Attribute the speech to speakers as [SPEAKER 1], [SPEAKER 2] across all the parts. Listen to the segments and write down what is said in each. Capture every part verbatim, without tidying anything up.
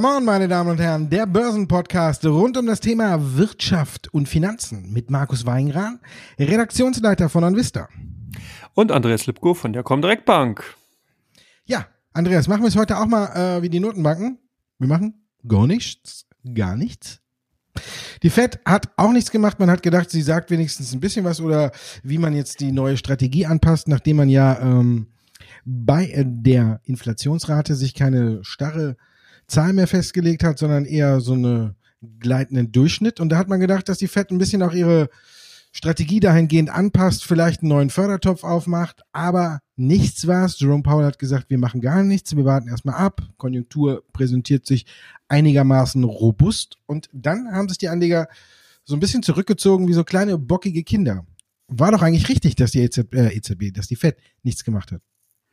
[SPEAKER 1] Morgen, meine Damen und Herren, der Börsenpodcast rund um das Thema Wirtschaft und Finanzen mit Markus Weingran, Redaktionsleiter von Onvista.
[SPEAKER 2] Und Andreas Lipko von der Comdirect Bank.
[SPEAKER 1] Ja, Andreas, machen wir es heute auch mal äh, wie die Notenbanken? Wir machen gar nichts, gar nichts. Die Fed hat auch nichts gemacht. Man hat gedacht, sie sagt wenigstens ein bisschen was oder wie man jetzt die neue Strategie anpasst, nachdem man ja ähm, bei der Inflationsrate sich keine starre Zahl mehr festgelegt hat, sondern eher so eine gleitenden Durchschnitt. Und da hat man gedacht, dass die Fed ein bisschen auch ihre Strategie dahingehend anpasst, vielleicht einen neuen Fördertopf aufmacht, aber nichts war's. Jerome Powell hat gesagt, wir machen gar nichts, wir warten erstmal ab. Konjunktur präsentiert sich einigermaßen robust und dann haben sich die Anleger so ein bisschen zurückgezogen wie so kleine bockige Kinder. War doch eigentlich richtig, dass die E Z B, äh, E Z B, dass die Fed nichts gemacht hat.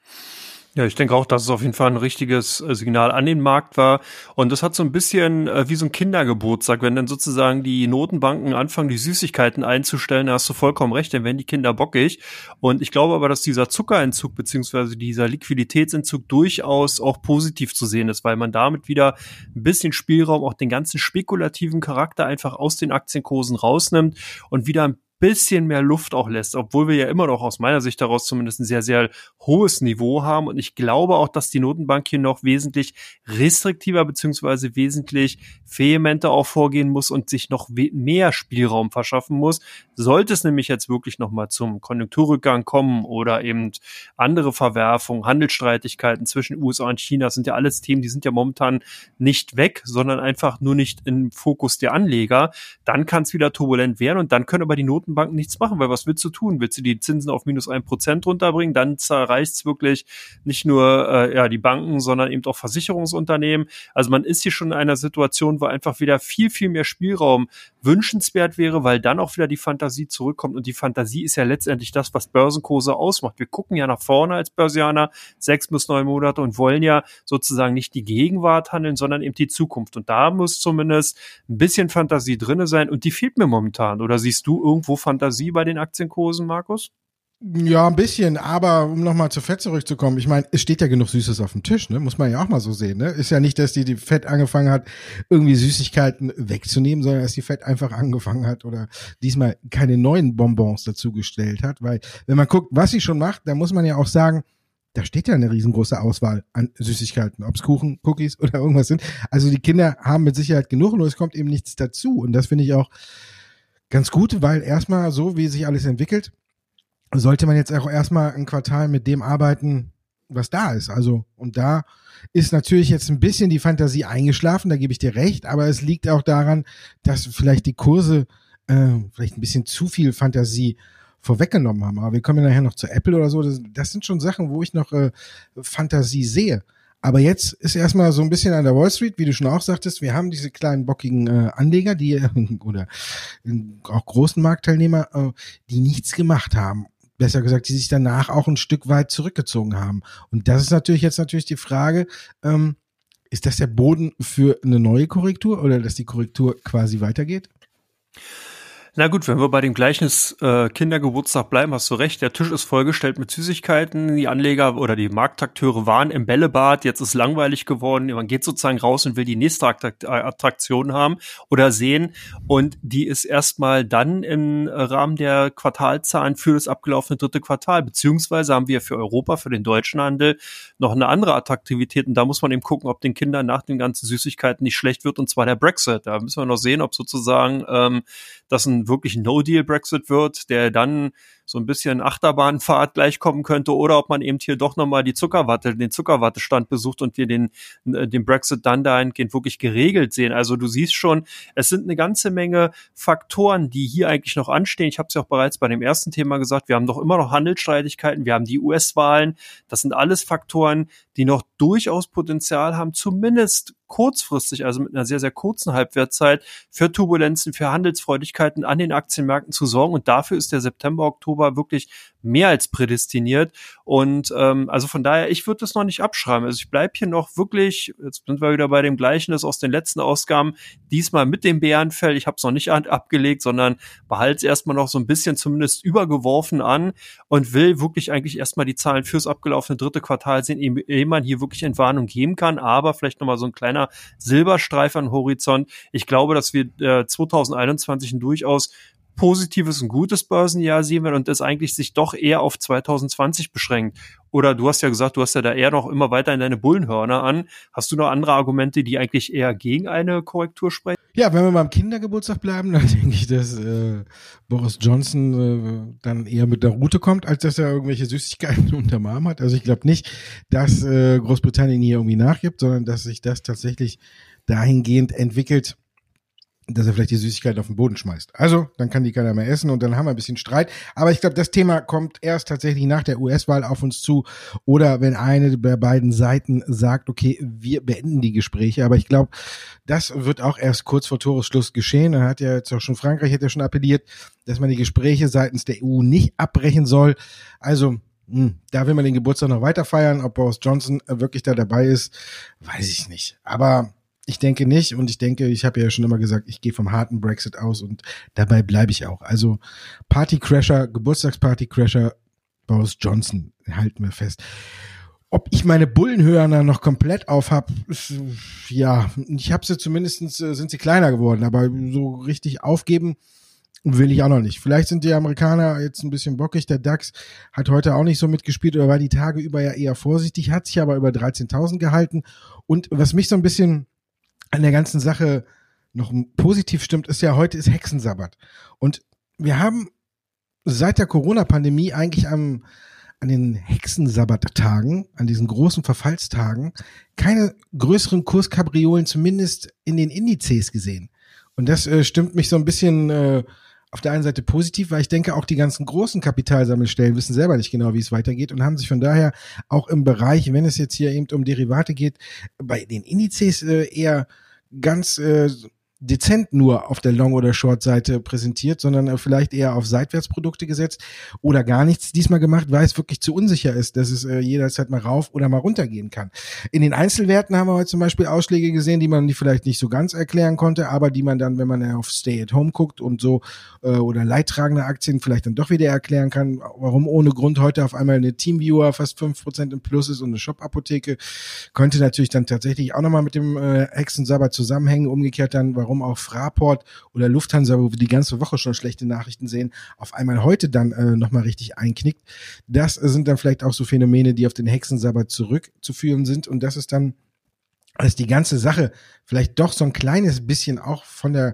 [SPEAKER 2] Ja, ich denke auch, dass es auf jeden Fall ein richtiges Signal an den Markt war. Und das hat so ein bisschen äh, wie so ein Kindergeburtstag. Wenn dann sozusagen die Notenbanken anfangen, die Süßigkeiten einzustellen, da hast du vollkommen recht, dann werden die Kinder bockig. Und ich glaube aber, dass dieser Zuckerentzug beziehungsweise dieser Liquiditätsentzug durchaus auch positiv zu sehen ist, weil man damit wieder ein bisschen Spielraum, auch den ganzen spekulativen Charakter einfach aus den Aktienkursen rausnimmt und wieder ein bisschen mehr Luft auch lässt, obwohl wir ja immer noch aus meiner Sicht daraus zumindest ein sehr, sehr hohes Niveau haben. Und ich glaube auch, dass die Notenbank hier noch wesentlich restriktiver beziehungsweise wesentlich vehementer auch vorgehen muss und sich noch we- mehr Spielraum verschaffen muss. Sollte es nämlich jetzt wirklich nochmal zum Konjunkturrückgang kommen oder eben andere Verwerfungen, Handelsstreitigkeiten zwischen U S A und China, das sind ja alles Themen, die sind ja momentan nicht weg, sondern einfach nur nicht im Fokus der Anleger. Dann kann es wieder turbulent werden und dann können aber die Notenbanken Banken nichts machen, weil was willst du tun? Willst du die Zinsen auf minus ein Prozent runterbringen? Dann zerreißt es wirklich nicht nur äh, ja die Banken, sondern eben auch Versicherungsunternehmen. Also man ist hier schon in einer Situation, wo einfach wieder viel, viel mehr Spielraum wünschenswert wäre, weil dann auch wieder die Fantasie zurückkommt. Und die Fantasie ist ja letztendlich das, was Börsenkurse ausmacht. Wir gucken ja nach vorne als Börsianer sechs bis neun Monate und wollen ja sozusagen nicht die Gegenwart handeln, sondern eben die Zukunft. Und da muss zumindest ein bisschen Fantasie drinne sein und die fehlt mir momentan. Oder siehst du irgendwo Fantasie bei den Aktienkursen, Markus?
[SPEAKER 1] Ja, ein bisschen, aber um nochmal zur Fed zurückzukommen, ich meine, es steht ja genug Süßes auf dem Tisch, ne? Muss man ja auch mal so sehen, ne? Ist ja nicht, dass die, die Fed angefangen hat, irgendwie Süßigkeiten wegzunehmen, sondern dass die Fed einfach angefangen hat oder diesmal keine neuen Bonbons dazugestellt hat, weil wenn man guckt, was sie schon macht, dann muss man ja auch sagen, da steht ja eine riesengroße Auswahl an Süßigkeiten, ob es Kuchen, Cookies oder irgendwas sind. Also die Kinder haben mit Sicherheit genug, nur es kommt eben nichts dazu und das finde ich auch ganz gut, weil erstmal so, wie sich alles entwickelt, sollte man jetzt auch erstmal ein Quartal mit dem arbeiten, was da ist. Also, und da ist natürlich jetzt ein bisschen die Fantasie eingeschlafen, da gebe ich dir recht, aber es liegt auch daran, dass vielleicht die Kurse äh, vielleicht ein bisschen zu viel Fantasie vorweggenommen haben. Aber wir kommen ja nachher noch zu Apple oder so. Das, das sind schon Sachen, wo ich noch äh, Fantasie sehe. Aber jetzt ist erstmal so ein bisschen an der Wall Street, wie du schon auch sagtest, wir haben diese kleinen bockigen äh, Anleger, die oder äh, auch großen Marktteilnehmer, äh, die nichts gemacht haben. Besser gesagt, die sich danach auch ein Stück weit zurückgezogen haben. Und das ist natürlich jetzt natürlich die Frage, ähm, ist das der Boden für eine neue Korrektur oder dass die Korrektur quasi weitergeht?
[SPEAKER 2] Na gut, wenn wir bei dem Gleichnis äh, Kindergeburtstag bleiben, hast du recht, der Tisch ist vollgestellt mit Süßigkeiten, die Anleger oder die Marktakteure waren im Bällebad, jetzt ist langweilig geworden, man geht sozusagen raus und will die nächste Attraktion haben oder sehen und die ist erstmal dann im Rahmen der Quartalzahlen für das abgelaufene dritte Quartal, beziehungsweise haben wir für Europa, für den deutschen Handel noch eine andere Attraktivität und da muss man eben gucken, ob den Kindern nach den ganzen Süßigkeiten nicht schlecht wird und zwar der Brexit, da müssen wir noch sehen, ob sozusagen ähm, das ein wirklich No-Deal-Brexit wird, der dann so ein bisschen Achterbahnfahrt gleich kommen könnte oder ob man eben hier doch nochmal die Zuckerwatte, den Zuckerwattestand besucht und wir den, den Brexit dann dahingehend wirklich geregelt sehen. Also du siehst schon, es sind eine ganze Menge Faktoren, die hier eigentlich noch anstehen. Ich habe es ja auch bereits bei dem ersten Thema gesagt, wir haben doch immer noch Handelsstreitigkeiten, wir haben die U S-Wahlen. Das sind alles Faktoren, die noch durchaus Potenzial haben, zumindest kurzfristig, also mit einer sehr, sehr kurzen Halbwertszeit, für Turbulenzen, für Handelsfreudigkeiten an den Aktienmärkten zu sorgen. Und dafür ist der September, Oktober Oktober wirklich mehr als prädestiniert. Und ähm, also von daher, ich würde das noch nicht abschreiben. Also ich bleib hier noch wirklich, jetzt sind wir wieder bei dem Gleichen, das aus den letzten Ausgaben, diesmal mit dem Bärenfell. Ich habe es noch nicht an, abgelegt, sondern behalte es erstmal noch so ein bisschen zumindest übergeworfen an und will wirklich eigentlich erstmal die Zahlen fürs abgelaufene dritte Quartal sehen, ehe man hier wirklich Entwarnung geben kann. Aber vielleicht nochmal so ein kleiner Silberstreif an Horizont. Ich glaube, dass wir äh, zwanzig einundzwanzig ein durchaus positives und gutes Börsenjahr sehen werden und das eigentlich sich doch eher auf zwanzig zwanzig beschränkt. Oder du hast ja gesagt, du hast ja da eher noch immer weiter in deine Bullenhörner an. Hast du noch andere Argumente, die eigentlich eher gegen eine Korrektur sprechen?
[SPEAKER 1] Ja, wenn wir beim Kindergeburtstag bleiben, dann denke ich, dass äh, Boris Johnson äh, dann eher mit der Route kommt, als dass er irgendwelche Süßigkeiten unterm Arm hat. Also ich glaube nicht, dass äh, Großbritannien hier irgendwie nachgibt, sondern dass sich das tatsächlich dahingehend entwickelt, dass er vielleicht die Süßigkeiten auf den Boden schmeißt. Also, dann kann die keiner mehr essen und dann haben wir ein bisschen Streit. Aber ich glaube, das Thema kommt erst tatsächlich nach der U S-Wahl auf uns zu oder wenn eine der beiden Seiten sagt, okay, wir beenden die Gespräche. Aber ich glaube, das wird auch erst kurz vor Toresschluss geschehen. Dann hat ja jetzt auch schon Frankreich hat ja schon appelliert, dass man die Gespräche seitens der E U nicht abbrechen soll. Also, hm, da will man den Geburtstag noch weiter feiern. Ob Boris Johnson wirklich da dabei ist, weiß ich nicht. Aber ich denke nicht und ich denke, ich habe ja schon immer gesagt, ich gehe vom harten Brexit aus und dabei bleibe ich auch. Also Partycrasher, Geburtstagspartycrasher, Boris Johnson, halten wir fest. Ob ich meine Bullenhörner noch komplett auf hab, ist, ja, ich habe sie zumindestens, sind sie kleiner geworden, aber so richtig aufgeben will ich auch noch nicht. Vielleicht sind die Amerikaner jetzt ein bisschen bockig. Der DAX hat heute auch nicht so mitgespielt oder war die Tage über ja eher vorsichtig, hat sich aber über dreizehntausend gehalten. Und was mich so ein bisschen an der ganzen Sache noch positiv stimmt, ist ja, heute ist Hexensabbat. Und wir haben seit der Corona-Pandemie eigentlich am, an den Hexensabbat-Tagen, an diesen großen Verfallstagen, keine größeren Kurskapriolen, zumindest in den Indizes gesehen. Und das äh, stimmt mich so ein bisschen äh, auf der einen Seite positiv, weil ich denke, auch die ganzen großen Kapitalsammelstellen wissen selber nicht genau, wie es weitergeht und haben sich von daher auch im Bereich, wenn es jetzt hier eben um Derivate geht, bei den Indizes äh, eher ganz äh, dezent nur auf der Long- oder Short-Seite präsentiert, sondern äh, vielleicht eher auf Seitwärtsprodukte gesetzt oder gar nichts diesmal gemacht, weil es wirklich zu unsicher ist, dass es äh, jederzeit mal rauf oder mal runtergehen kann. In den Einzelwerten haben wir heute zum Beispiel Ausschläge gesehen, die man vielleicht nicht so ganz erklären konnte, aber die man dann, wenn man auf Stay-at-Home guckt und so äh, oder leidtragende Aktien vielleicht dann doch wieder erklären kann, warum ohne Grund heute auf einmal eine Teamviewer fast fünf Prozent im Plus ist und eine Shop-Apotheke, könnte natürlich dann tatsächlich auch nochmal mit dem äh, Hexensabbat zusammenhängen, umgekehrt dann, warum auch Fraport oder Lufthansa, wo wir die ganze Woche schon schlechte Nachrichten sehen, auf einmal heute dann äh, nochmal richtig einknickt. Das äh, sind dann vielleicht auch so Phänomene, die auf den Hexensabbat zurückzuführen sind und das ist dann, dass die ganze Sache vielleicht doch so ein kleines bisschen auch von der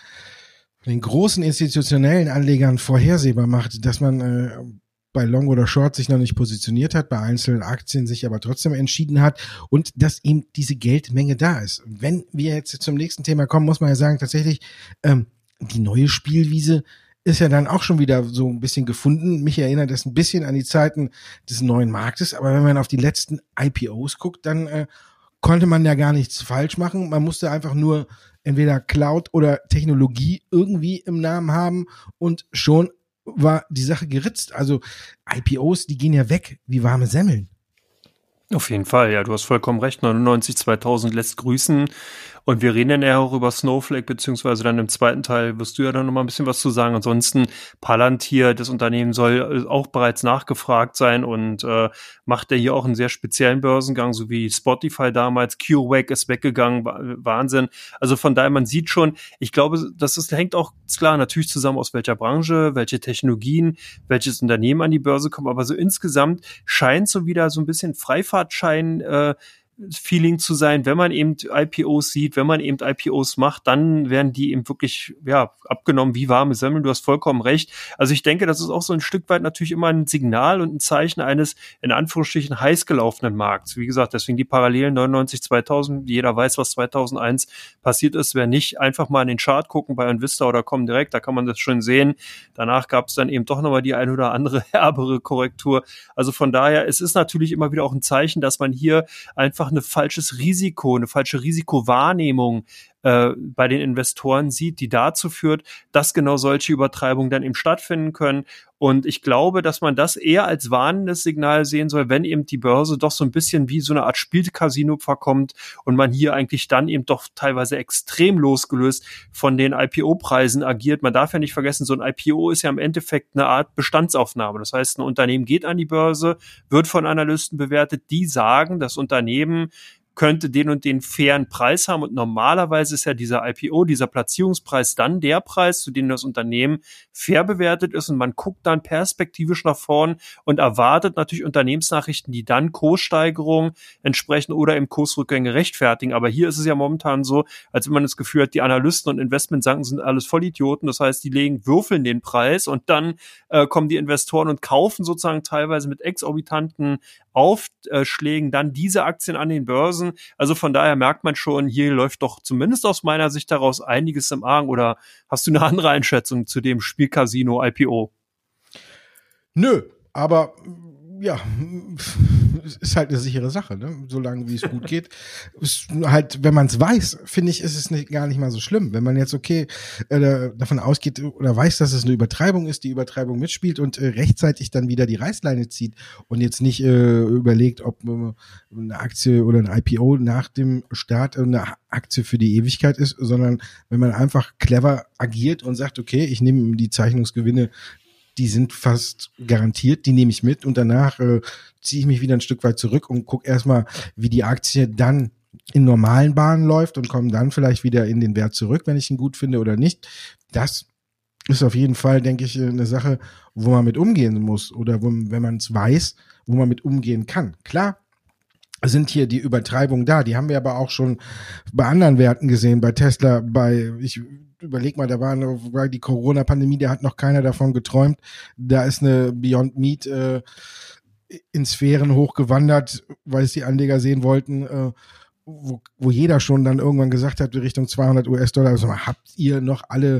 [SPEAKER 1] von den großen institutionellen Anlegern vorhersehbar macht, dass man äh, bei Long oder Short sich noch nicht positioniert hat, bei einzelnen Aktien sich aber trotzdem entschieden hat und dass eben diese Geldmenge da ist. Wenn wir jetzt zum nächsten Thema kommen, muss man ja sagen, tatsächlich ähm, die neue Spielwiese ist ja dann auch schon wieder so ein bisschen gefunden. Mich erinnert das ein bisschen an die Zeiten des neuen Marktes, aber wenn man auf die letzten I P Os guckt, dann äh, konnte man ja gar nichts falsch machen. Man musste einfach nur entweder Cloud oder Technologie irgendwie im Namen haben und schon war die Sache geritzt. Also I P Os, die gehen ja weg wie warme Semmeln.
[SPEAKER 2] Auf jeden Fall, ja, du hast vollkommen recht. neunundneunzig zweitausend lässt grüßen. Und wir reden dann eher auch über Snowflake, beziehungsweise dann im zweiten Teil wirst du ja dann noch mal ein bisschen was zu sagen. Ansonsten Palantir, das Unternehmen soll auch bereits nachgefragt sein und äh, macht ja hier auch einen sehr speziellen Börsengang, so wie Spotify damals. CureVac ist weggegangen, Wahnsinn. Also von daher, man sieht schon, ich glaube, das ist, hängt auch klar natürlich zusammen, aus welcher Branche, welche Technologien, welches Unternehmen an die Börse kommen. Aber so insgesamt scheint so wieder so ein bisschen Freifahrtschein äh, Feeling zu sein, wenn man eben I P Os sieht, wenn man eben I P Os macht, dann werden die eben wirklich, ja, abgenommen wie warme Semmeln. Du hast vollkommen recht. Also ich denke, das ist auch so ein Stück weit natürlich immer ein Signal und ein Zeichen eines, in Anführungsstrichen, heiß gelaufenen Markts. Wie gesagt, deswegen die Parallelen neunundneunzig zweitausend. Jeder weiß, was zweitausendeins passiert ist. Wer nicht, einfach mal in den Chart gucken bei Invista oder Comdirect, da kann man das schon sehen. Danach gab es dann eben doch nochmal die ein oder andere herbere Korrektur. Also von daher, es ist natürlich immer wieder auch ein Zeichen, dass man hier einfach ein falsches Risiko, eine falsche Risikowahrnehmung äh, bei den Investoren sieht, die dazu führt, dass genau solche Übertreibungen dann eben stattfinden können. Und ich glaube, dass man das eher als warnendes Signal sehen soll, wenn eben die Börse doch so ein bisschen wie so eine Art Spielcasino verkommt und man hier eigentlich dann eben doch teilweise extrem losgelöst von den I P O-Preisen agiert. Man darf ja nicht vergessen, so ein I P O ist ja im Endeffekt eine Art Bestandsaufnahme. Das heißt, ein Unternehmen geht an die Börse, wird von Analysten bewertet, die sagen, das Unternehmen könnte den und den fairen Preis haben und normalerweise ist ja dieser I P O, dieser Platzierungspreis dann der Preis, zu dem das Unternehmen fair bewertet ist und man guckt dann perspektivisch nach vorn und erwartet natürlich Unternehmensnachrichten, die dann Kurssteigerungen entsprechen oder eben Kursrückgänge rechtfertigen. Aber hier ist es ja momentan so, als wenn man das Gefühl hat, die Analysten und Investmentbanken sind alles Vollidioten. Das heißt, die legen, würfeln den Preis und dann äh, kommen die Investoren und kaufen sozusagen teilweise mit exorbitanten Aufschlägen dann diese Aktien an den Börsen. Also von daher merkt man schon, hier läuft doch zumindest aus meiner Sicht daraus einiges im Argen. Oder hast du eine andere Einschätzung zu dem Spielcasino I P O?
[SPEAKER 1] Nö, aber ja, ist halt eine sichere Sache, ne? Solange wie es gut geht. Ist halt, wenn man es weiß, finde ich, ist es nicht, gar nicht mal so schlimm. Wenn man jetzt okay äh, davon ausgeht oder weiß, dass es eine Übertreibung ist, die Übertreibung mitspielt und äh, rechtzeitig dann wieder die Reißleine zieht und jetzt nicht äh, überlegt, ob äh, eine Aktie oder ein I P O nach dem Start eine Aktie für die Ewigkeit ist, sondern wenn man einfach clever agiert und sagt, okay, ich nehme die Zeichnungsgewinne, die sind fast garantiert, die nehme ich mit und danach äh, ziehe ich mich wieder ein Stück weit zurück und gucke erstmal, wie die Aktie dann in normalen Bahnen läuft und komme dann vielleicht wieder in den Wert zurück, wenn ich ihn gut finde oder nicht. Das ist auf jeden Fall, denke ich, eine Sache, wo man mit umgehen muss oder wo, wenn man es weiß, wo man mit umgehen kann. Klar sind hier die Übertreibungen da, die haben wir aber auch schon bei anderen Werten gesehen, bei Tesla, bei, ich überleg mal, da war, eine, war die Corona-Pandemie, da hat noch keiner davon geträumt, da ist eine Beyond Meat äh, in Sphären hochgewandert, weil es die Anleger sehen wollten, äh, wo, wo jeder schon dann irgendwann gesagt hat, Richtung zweihundert US-Dollar, also habt ihr noch alle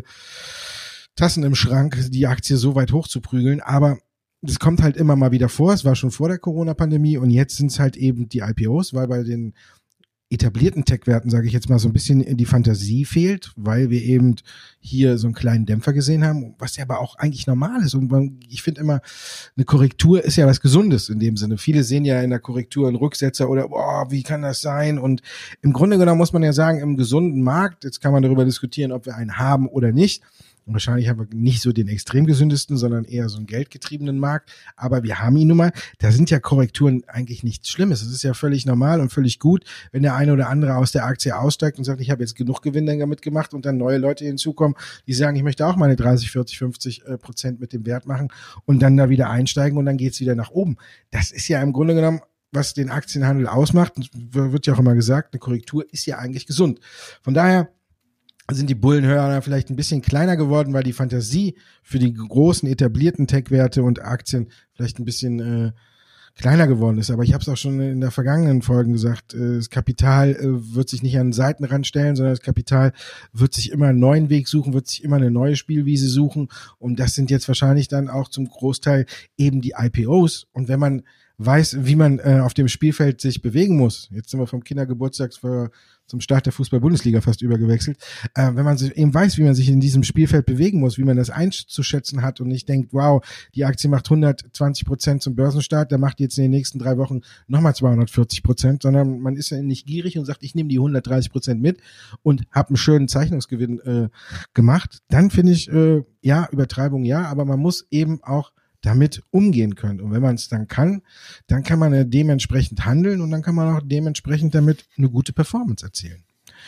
[SPEAKER 1] Tassen im Schrank, die Aktie so weit hochzuprügeln, aber das kommt halt immer mal wieder vor, es war schon vor der Corona-Pandemie und jetzt sind es halt eben die I P Os, weil bei den etablierten Tech-Werten, sage ich jetzt mal, so ein bisschen die Fantasie fehlt, weil wir eben hier so einen kleinen Dämpfer gesehen haben, was ja aber auch eigentlich normal ist. Und man, ich finde immer, eine Korrektur ist ja was Gesundes in dem Sinne. Viele sehen ja in der Korrektur einen Rücksetzer oder, boah, wie kann das sein? Und im Grunde genommen muss man ja sagen, im gesunden Markt, jetzt kann man darüber diskutieren, ob wir einen haben oder nicht. Und wahrscheinlich haben wir nicht so den extrem gesündesten, sondern eher so einen geldgetriebenen Markt. Aber wir haben ihn nun mal. Da sind ja Korrekturen eigentlich nichts Schlimmes. Es ist ja völlig normal und völlig gut, wenn der eine oder andere aus der Aktie aussteigt und sagt, ich habe jetzt genug Gewinn damit gemacht und dann neue Leute hinzukommen, die sagen, ich möchte auch meine dreißig, vierzig, fünfzig Prozent mit dem Wert machen und dann da wieder einsteigen und dann geht's wieder nach oben. Das ist ja im Grunde genommen, was den Aktienhandel ausmacht. Wird ja auch immer gesagt, eine Korrektur ist ja eigentlich gesund. Von daher sind die Bullenhörner vielleicht ein bisschen kleiner geworden, weil die Fantasie für die großen etablierten Tech-Werte und Aktien vielleicht ein bisschen äh, kleiner geworden ist. Aber ich habe es auch schon in der vergangenen Folgen gesagt, äh, das Kapital äh, wird sich nicht an den Seitenrand stellen, sondern das Kapital wird sich immer einen neuen Weg suchen, wird sich immer eine neue Spielwiese suchen. Und das sind jetzt wahrscheinlich dann auch zum Großteil eben die I P Os. Und wenn man weiß, wie man äh, auf dem Spielfeld sich bewegen muss. Jetzt sind wir vom Kindergeburtstag für, zum Start der Fußball-Bundesliga fast übergewechselt. Äh, wenn man eben weiß, wie man sich in diesem Spielfeld bewegen muss, wie man das einzuschätzen hat und nicht denkt, wow, die Aktie macht hundertzwanzig Prozent zum Börsenstart, der macht jetzt in den nächsten drei Wochen nochmal zweihundertvierzig Prozent, sondern man ist ja nicht gierig und sagt, ich nehme die hundertdreißig Prozent mit und habe einen schönen Zeichnungsgewinn äh, gemacht. Dann finde ich, äh, ja, Übertreibung ja, aber man muss eben auch damit umgehen können. Und wenn man es dann kann, dann kann man ja dementsprechend handeln und dann kann man auch dementsprechend damit eine gute Performance erzielen.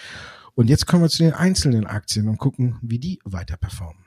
[SPEAKER 1] Und jetzt kommen wir zu den einzelnen Aktien und gucken, wie die weiter performen.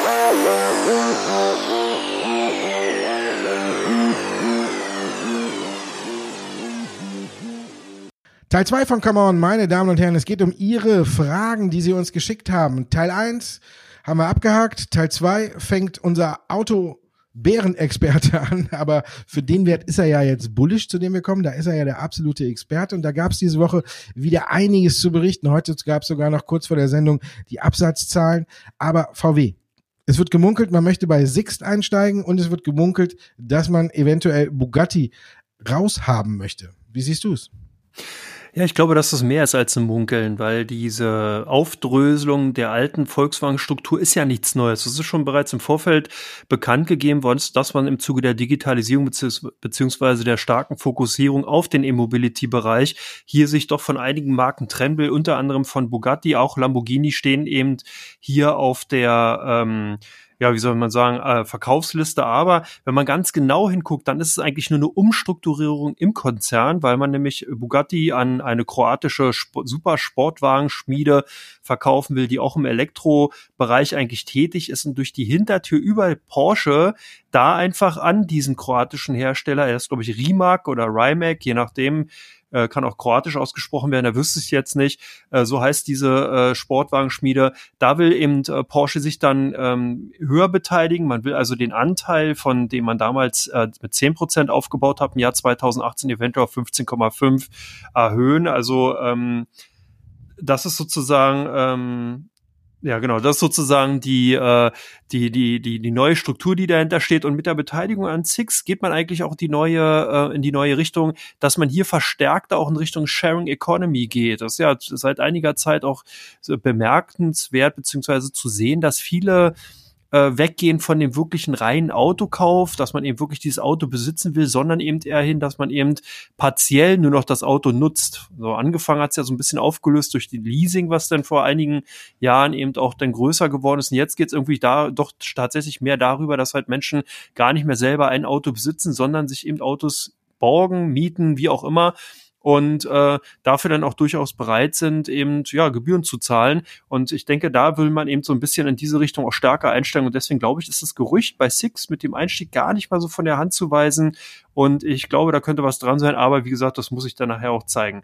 [SPEAKER 1] Teil zwei von Come On, meine Damen und Herren, es geht um Ihre Fragen, die Sie uns geschickt haben. Teil eins haben wir abgehakt, Teil zwei fängt unser Auto Bärenexperte an, aber für den Wert ist er ja jetzt bullish, zu dem wir kommen, da ist er ja der absolute Experte und da gab es diese Woche wieder einiges zu berichten. Heute gab es sogar noch kurz vor der Sendung die Absatzzahlen, aber V W. Es wird gemunkelt, man möchte bei Sixt einsteigen und es wird gemunkelt, dass man eventuell Bugatti raushaben möchte. Wie siehst du es?
[SPEAKER 2] Ja, ich glaube, dass das mehr ist als ein Munkeln, weil diese Aufdröselung der alten Volkswagen-Struktur ist ja nichts Neues. Es ist schon bereits im Vorfeld bekannt gegeben worden, dass man im Zuge der Digitalisierung beziehungsweise der starken Fokussierung auf den E-Mobility-Bereich hier sich doch von einigen Marken trennen will, unter anderem von Bugatti, auch Lamborghini stehen eben hier auf der ähm, ja, wie soll man sagen, äh, Verkaufsliste. Aber wenn man ganz genau hinguckt, dann ist es eigentlich nur eine Umstrukturierung im Konzern, weil man nämlich Bugatti an eine kroatische Sp- Supersportwagenschmiede verkaufen will, die auch im Elektrobereich eigentlich tätig ist und durch die Hintertür über Porsche da einfach an diesen kroatischen Hersteller, er ist glaube ich Rimac oder Rimac, je nachdem, äh, kann auch kroatisch ausgesprochen werden, da wüsste ich jetzt nicht, äh, so heißt diese äh, Sportwagenschmiede, da will eben äh, Porsche sich dann ähm, höher beteiligen, man will also den Anteil, von dem man damals äh, mit zehn Prozent aufgebaut hat, im Jahr zweitausendachtzehn eventuell auf fünfzehn Komma fünf erhöhen, also ähm, das ist sozusagen ähm, ja, genau. Das ist sozusagen die, äh, die, die, die, die neue Struktur, die dahinter steht. Und mit der Beteiligung an Sixt geht man eigentlich auch die neue, äh, in die neue Richtung, dass man hier verstärkt auch in Richtung Sharing Economy geht. Das ist ja seit einiger Zeit auch bemerkenswert, beziehungsweise zu sehen, dass viele äh, weggehen von dem wirklichen reinen Autokauf, dass man eben wirklich dieses Auto besitzen will, sondern eben eher hin, dass man eben partiell nur noch das Auto nutzt. So angefangen hat es ja so ein bisschen aufgelöst durch die Leasing, was dann vor einigen Jahren eben auch dann größer geworden ist. Und jetzt geht es irgendwie da doch tatsächlich mehr darüber, dass halt Menschen gar nicht mehr selber ein Auto besitzen, sondern sich eben Autos borgen, mieten, wie auch immer, und äh, dafür dann auch durchaus bereit sind, eben ja Gebühren zu zahlen. Und ich denke, da will man eben so ein bisschen in diese Richtung auch stärker einsteigen. Und deswegen glaube ich, ist das Gerücht bei Sixt mit dem Einstieg gar nicht mal so von der Hand zu weisen. Und ich glaube, da könnte was dran sein. Aber wie gesagt, das muss ich dann nachher auch zeigen.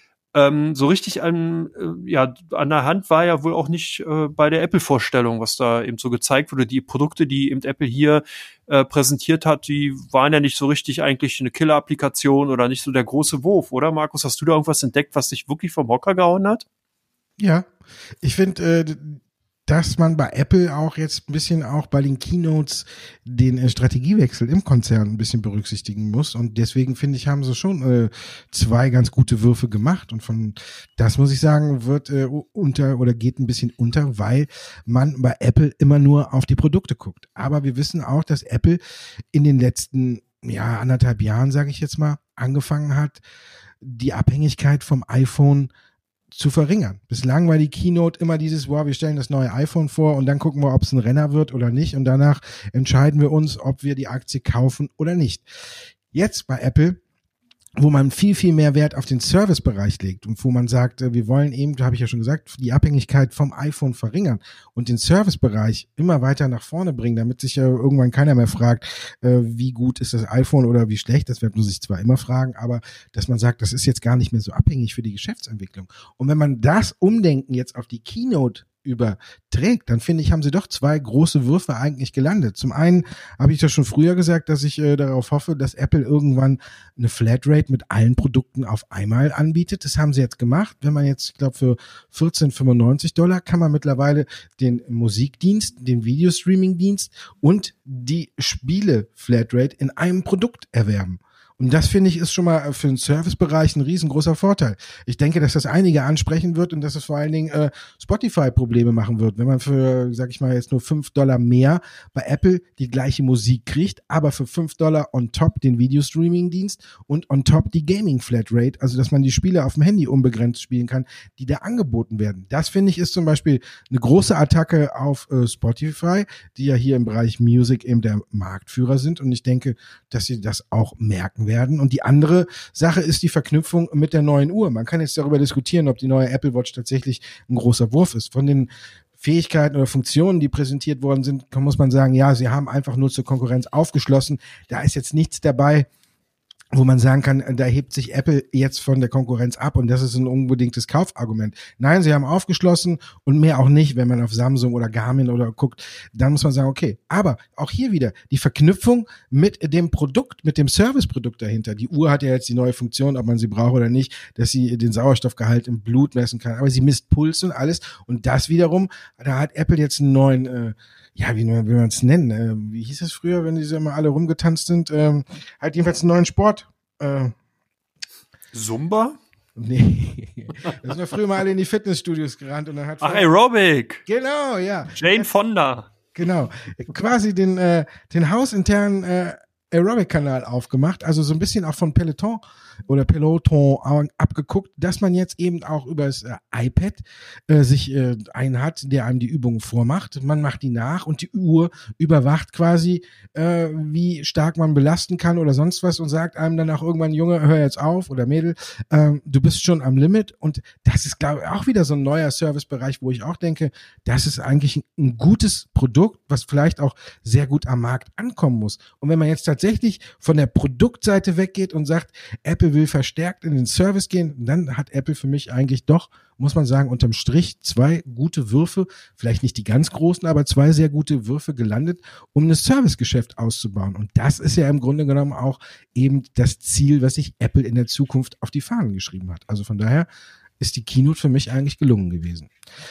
[SPEAKER 2] Ähm, so richtig an, äh, ja, an der Hand war ja wohl auch nicht äh, bei der Apple-Vorstellung, was da eben so gezeigt wurde. Die Produkte, die eben Apple hier äh, präsentiert hat, die waren ja nicht so richtig eigentlich eine Killer-Applikation oder nicht so der große Wurf, oder Markus? Hast du da irgendwas entdeckt, was dich wirklich vom Hocker gehauen hat?
[SPEAKER 1] Ja, ich finde, äh, dass man bei Apple auch jetzt ein bisschen auch bei den Keynotes den äh, Strategiewechsel im Konzern ein bisschen berücksichtigen muss. Und deswegen finde ich, haben sie schon äh, zwei ganz gute Würfe gemacht. Und von das muss ich sagen, wird äh, unter oder geht ein bisschen unter, weil man bei Apple immer nur auf die Produkte guckt. Aber wir wissen auch, dass Apple in den letzten ja anderthalb Jahren, sage ich jetzt mal, angefangen hat, die Abhängigkeit vom iPhone zu verringern. Bislang war die Keynote immer dieses, wow, wir stellen das neue iPhone vor und dann gucken wir, ob es ein Renner wird oder nicht und danach entscheiden wir uns, ob wir die Aktie kaufen oder nicht. Jetzt bei Apple, wo man viel, viel mehr Wert auf den Servicebereich legt und wo man sagt, wir wollen eben, da habe ich ja schon gesagt, die Abhängigkeit vom iPhone verringern und den Servicebereich immer weiter nach vorne bringen, damit sich ja irgendwann keiner mehr fragt, wie gut ist das iPhone oder wie schlecht, das wird man sich zwar immer fragen, aber dass man sagt, das ist jetzt gar nicht mehr so abhängig für die Geschäftsentwicklung. Und wenn man das Umdenken jetzt auf die Keynote überträgt, dann finde ich, haben sie doch zwei große Würfe eigentlich gelandet. Zum einen habe ich das schon früher gesagt, dass ich äh, darauf hoffe, dass Apple irgendwann eine Flatrate mit allen Produkten auf einmal anbietet. Das haben sie jetzt gemacht. Wenn man jetzt, ich glaube, für vierzehn fünfundneunzig Dollar kann man mittlerweile den Musikdienst, den Videostreaming-Dienst und die Spiele-Flatrate in einem Produkt erwerben. Und das, finde ich, ist schon mal für den Servicebereich ein riesengroßer Vorteil. Ich denke, dass das einige ansprechen wird und dass es vor allen Dingen äh, Spotify Probleme machen wird, wenn man für, sag ich mal, jetzt nur fünf Dollar mehr bei Apple die gleiche Musik kriegt, aber für fünf Dollar on top den Videostreaming-Dienst und on top die Gaming-Flatrate, also dass man die Spiele auf dem Handy unbegrenzt spielen kann, die da angeboten werden. Das, finde ich, ist zum Beispiel eine große Attacke auf äh, Spotify, die ja hier im Bereich Music eben der Marktführer sind, und ich denke, dass sie das auch merken werden. Und die andere Sache ist die Verknüpfung mit der neuen Uhr. Man kann jetzt darüber diskutieren, ob die neue Apple Watch tatsächlich ein großer Wurf ist. Von den Fähigkeiten oder Funktionen, die präsentiert worden sind, muss man sagen, ja, sie haben einfach nur zur Konkurrenz aufgeschlossen. Da ist jetzt nichts dabei, wo man sagen kann, da hebt sich Apple jetzt von der Konkurrenz ab und das ist ein unbedingtes Kaufargument. Nein, sie haben aufgeschlossen und mehr auch nicht, wenn man auf Samsung oder Garmin oder guckt, dann muss man sagen, okay, aber auch hier wieder die Verknüpfung mit dem Produkt, mit dem Serviceprodukt dahinter. Die Uhr hat ja jetzt die neue Funktion, ob man sie braucht oder nicht, dass sie den Sauerstoffgehalt im Blut messen kann, aber sie misst Puls und alles, und das wiederum, da hat Apple jetzt einen neuen, äh, ja, wie will man es nennen? Äh, wie hieß es früher, wenn diese immer alle rumgetanzt sind? Ähm, halt jedenfalls einen neuen Sport. Äh,
[SPEAKER 2] Zumba?
[SPEAKER 1] Nee, da sind wir früher mal alle in die Fitnessstudios gerannt und dann hat...
[SPEAKER 2] Ach, Aerobic!
[SPEAKER 1] Genau, ja.
[SPEAKER 2] Jane Fonda.
[SPEAKER 1] Genau, quasi den, äh, den hausinternen äh, Aerobic-Kanal aufgemacht, also so ein bisschen auch von Peloton oder Peloton abgeguckt, dass man jetzt eben auch übers äh, iPad äh, sich äh, einen hat, der einem die Übungen vormacht. Man macht die nach und die Uhr überwacht quasi, äh, wie stark man belasten kann oder sonst was und sagt einem dann auch irgendwann, Junge, hör jetzt auf oder Mädel, äh, du bist schon am Limit. Und das ist, glaube ich, auch wieder so ein neuer Servicebereich, wo ich auch denke, das ist eigentlich ein, ein gutes Produkt, was vielleicht auch sehr gut am Markt ankommen muss. Und wenn man jetzt tatsächlich von der Produktseite weggeht und sagt, Apple will verstärkt in den Service gehen, dann hat Apple für mich eigentlich doch, muss man sagen, unterm Strich zwei gute Würfe, vielleicht nicht die ganz großen, aber zwei sehr gute Würfe gelandet, um das Servicegeschäft auszubauen. Und das ist ja im Grunde genommen auch eben das Ziel, was sich Apple in der Zukunft auf die Fahnen geschrieben hat. Also von daher ist die Keynote für mich eigentlich gelungen gewesen.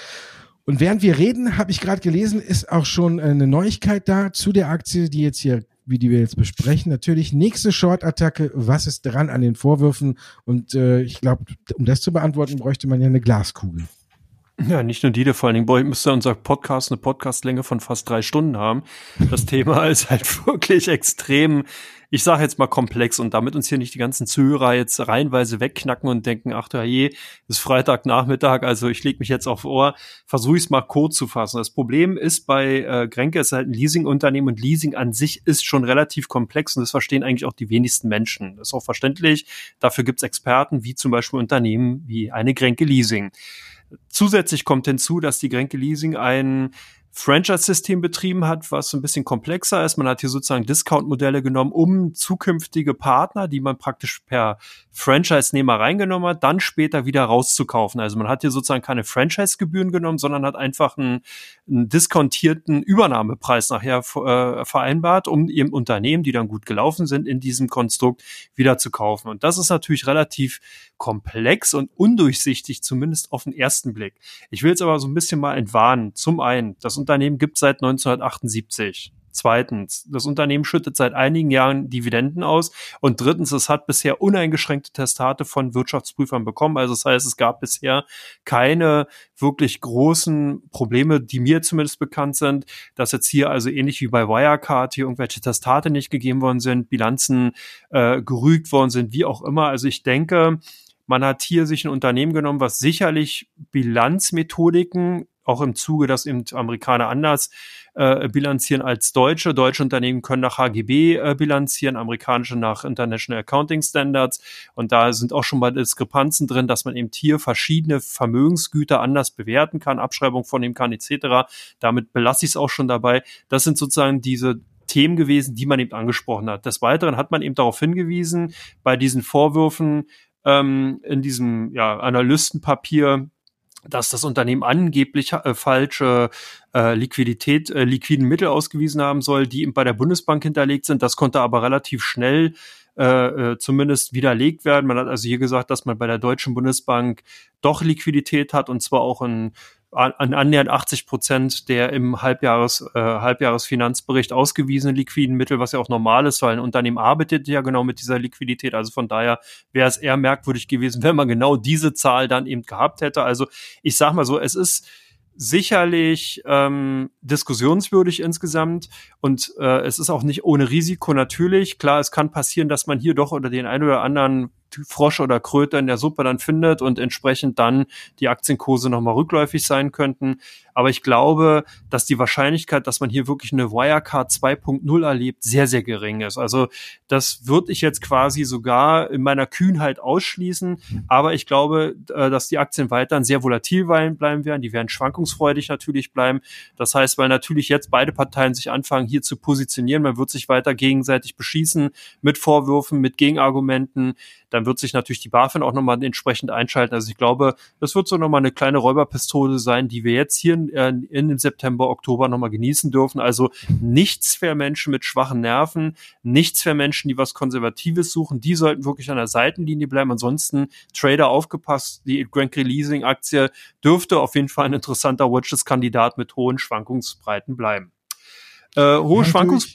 [SPEAKER 1] Und während wir reden, habe ich gerade gelesen, ist auch schon eine Neuigkeit da zu der Aktie, die jetzt hier, wie die wir jetzt besprechen. Natürlich nächste Short-Attacke, was ist dran an den Vorwürfen? Und äh, ich glaube, um das zu beantworten, bräuchte man ja eine Glaskugel.
[SPEAKER 2] Ja, nicht nur die, vor allen Dingen müsste unser Podcast eine Podcastlänge von fast drei Stunden haben. Das Thema ist halt wirklich extrem, ich sage jetzt mal komplex, und damit uns hier nicht die ganzen Zuhörer jetzt reihenweise wegknacken und denken, ach du je, ist Freitagnachmittag, also ich lege mich jetzt auf Ohr, versuche ich es mal kurz zu fassen. Das Problem ist bei äh, Grenke, es ist halt ein Leasingunternehmen und Leasing an sich ist schon relativ komplex und das verstehen eigentlich auch die wenigsten Menschen. Das ist auch verständlich, dafür gibt es Experten wie zum Beispiel Unternehmen wie eine Grenke Leasing. Zusätzlich kommt hinzu, dass die Grenke Leasing ein Franchise-System betrieben hat, was ein bisschen komplexer ist. Man hat hier sozusagen Discount-Modelle genommen, um zukünftige Partner, die man praktisch per Franchise-Nehmer reingenommen hat, dann später wieder rauszukaufen. Also man hat hier sozusagen keine Franchise-Gebühren genommen, sondern hat einfach einen, einen diskontierten Übernahmepreis nachher äh, vereinbart, um ihrem Unternehmen, die dann gut gelaufen sind, in diesem Konstrukt wieder zu kaufen. Und das ist natürlich relativ komplex und undurchsichtig, zumindest auf den ersten Blick. Ich will jetzt aber so ein bisschen mal entwarnen. Zum einen, das Unternehmen gibt es seit neunzehnhundertachtundsiebzig. Zweitens, das Unternehmen schüttet seit einigen Jahren Dividenden aus. Und drittens, es hat bisher uneingeschränkte Testate von Wirtschaftsprüfern bekommen. Also das heißt, es gab bisher keine wirklich großen Probleme, die mir zumindest bekannt sind, dass jetzt hier also ähnlich wie bei Wirecard hier irgendwelche Testate nicht gegeben worden sind, Bilanzen äh, gerügt worden sind, wie auch immer. Also ich denke, man hat hier sich ein Unternehmen genommen, was sicherlich Bilanzmethodiken, auch im Zuge, dass eben Amerikaner anders äh, bilanzieren als Deutsche. Deutsche Unternehmen können nach H G B äh, bilanzieren, amerikanische nach International Accounting Standards. Und da sind auch schon mal Diskrepanzen drin, dass man eben hier verschiedene Vermögensgüter anders bewerten kann, Abschreibung vornehmen kann et cetera. Damit belasse ich es auch schon dabei. Das sind sozusagen diese Themen gewesen, die man eben angesprochen hat. Des Weiteren hat man eben darauf hingewiesen, bei diesen Vorwürfen ähm, in diesem ja, Analystenpapier, dass das Unternehmen angeblich äh, falsche äh, Liquidität, äh, liquiden Mittel ausgewiesen haben soll, die eben bei der Bundesbank hinterlegt sind. Das konnte aber relativ schnell äh, äh, zumindest widerlegt werden. Man hat also hier gesagt, dass man bei der Deutschen Bundesbank doch Liquidität hat und zwar auch in an annähernd achtzig Prozent der im Halbjahres, äh, Halbjahresfinanzbericht ausgewiesenen liquiden Mittel, was ja auch normal ist, weil ein Unternehmen arbeitet ja genau mit dieser Liquidität. Also von daher wäre es eher merkwürdig gewesen, wenn man genau diese Zahl dann eben gehabt hätte. Also ich sag mal so, es ist sicherlich ähm, diskussionswürdig insgesamt und äh, es ist auch nicht ohne Risiko natürlich. Klar, es kann passieren, dass man hier doch oder den einen oder anderen Frosch oder Kröte in der Suppe dann findet und entsprechend dann die Aktienkurse nochmal rückläufig sein könnten. Aber ich glaube, dass die Wahrscheinlichkeit, dass man hier wirklich eine Wirecard zwei Punkt null erlebt, sehr, sehr gering ist. Also das würde ich jetzt quasi sogar in meiner Kühnheit ausschließen. Aber ich glaube, dass die Aktien weiterhin sehr volatil bleiben werden. Die werden schwankungsfreudig natürlich bleiben. Das heißt, weil natürlich jetzt beide Parteien sich anfangen, hier zu positionieren. Man wird sich weiter gegenseitig beschießen mit Vorwürfen, mit Gegenargumenten. Dann wird sich natürlich die BaFin auch nochmal entsprechend einschalten. Also ich glaube, das wird so nochmal eine kleine Räuberpistole sein, die wir jetzt hier in, in den September, Oktober nochmal genießen dürfen. Also nichts für Menschen mit schwachen Nerven, nichts für Menschen, die was Konservatives suchen. Die sollten wirklich an der Seitenlinie bleiben. Ansonsten Trader aufgepasst. Die Grenke Leasing Aktie dürfte auf jeden Fall ein interessanter Watchlist-Kandidat mit hohen Schwankungsbreiten bleiben. Äh, hohe ja, Schwankungsbreiten.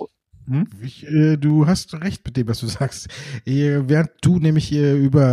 [SPEAKER 1] Hm? Ich, äh, du hast recht mit dem, was du sagst. Äh, während du nämlich hier über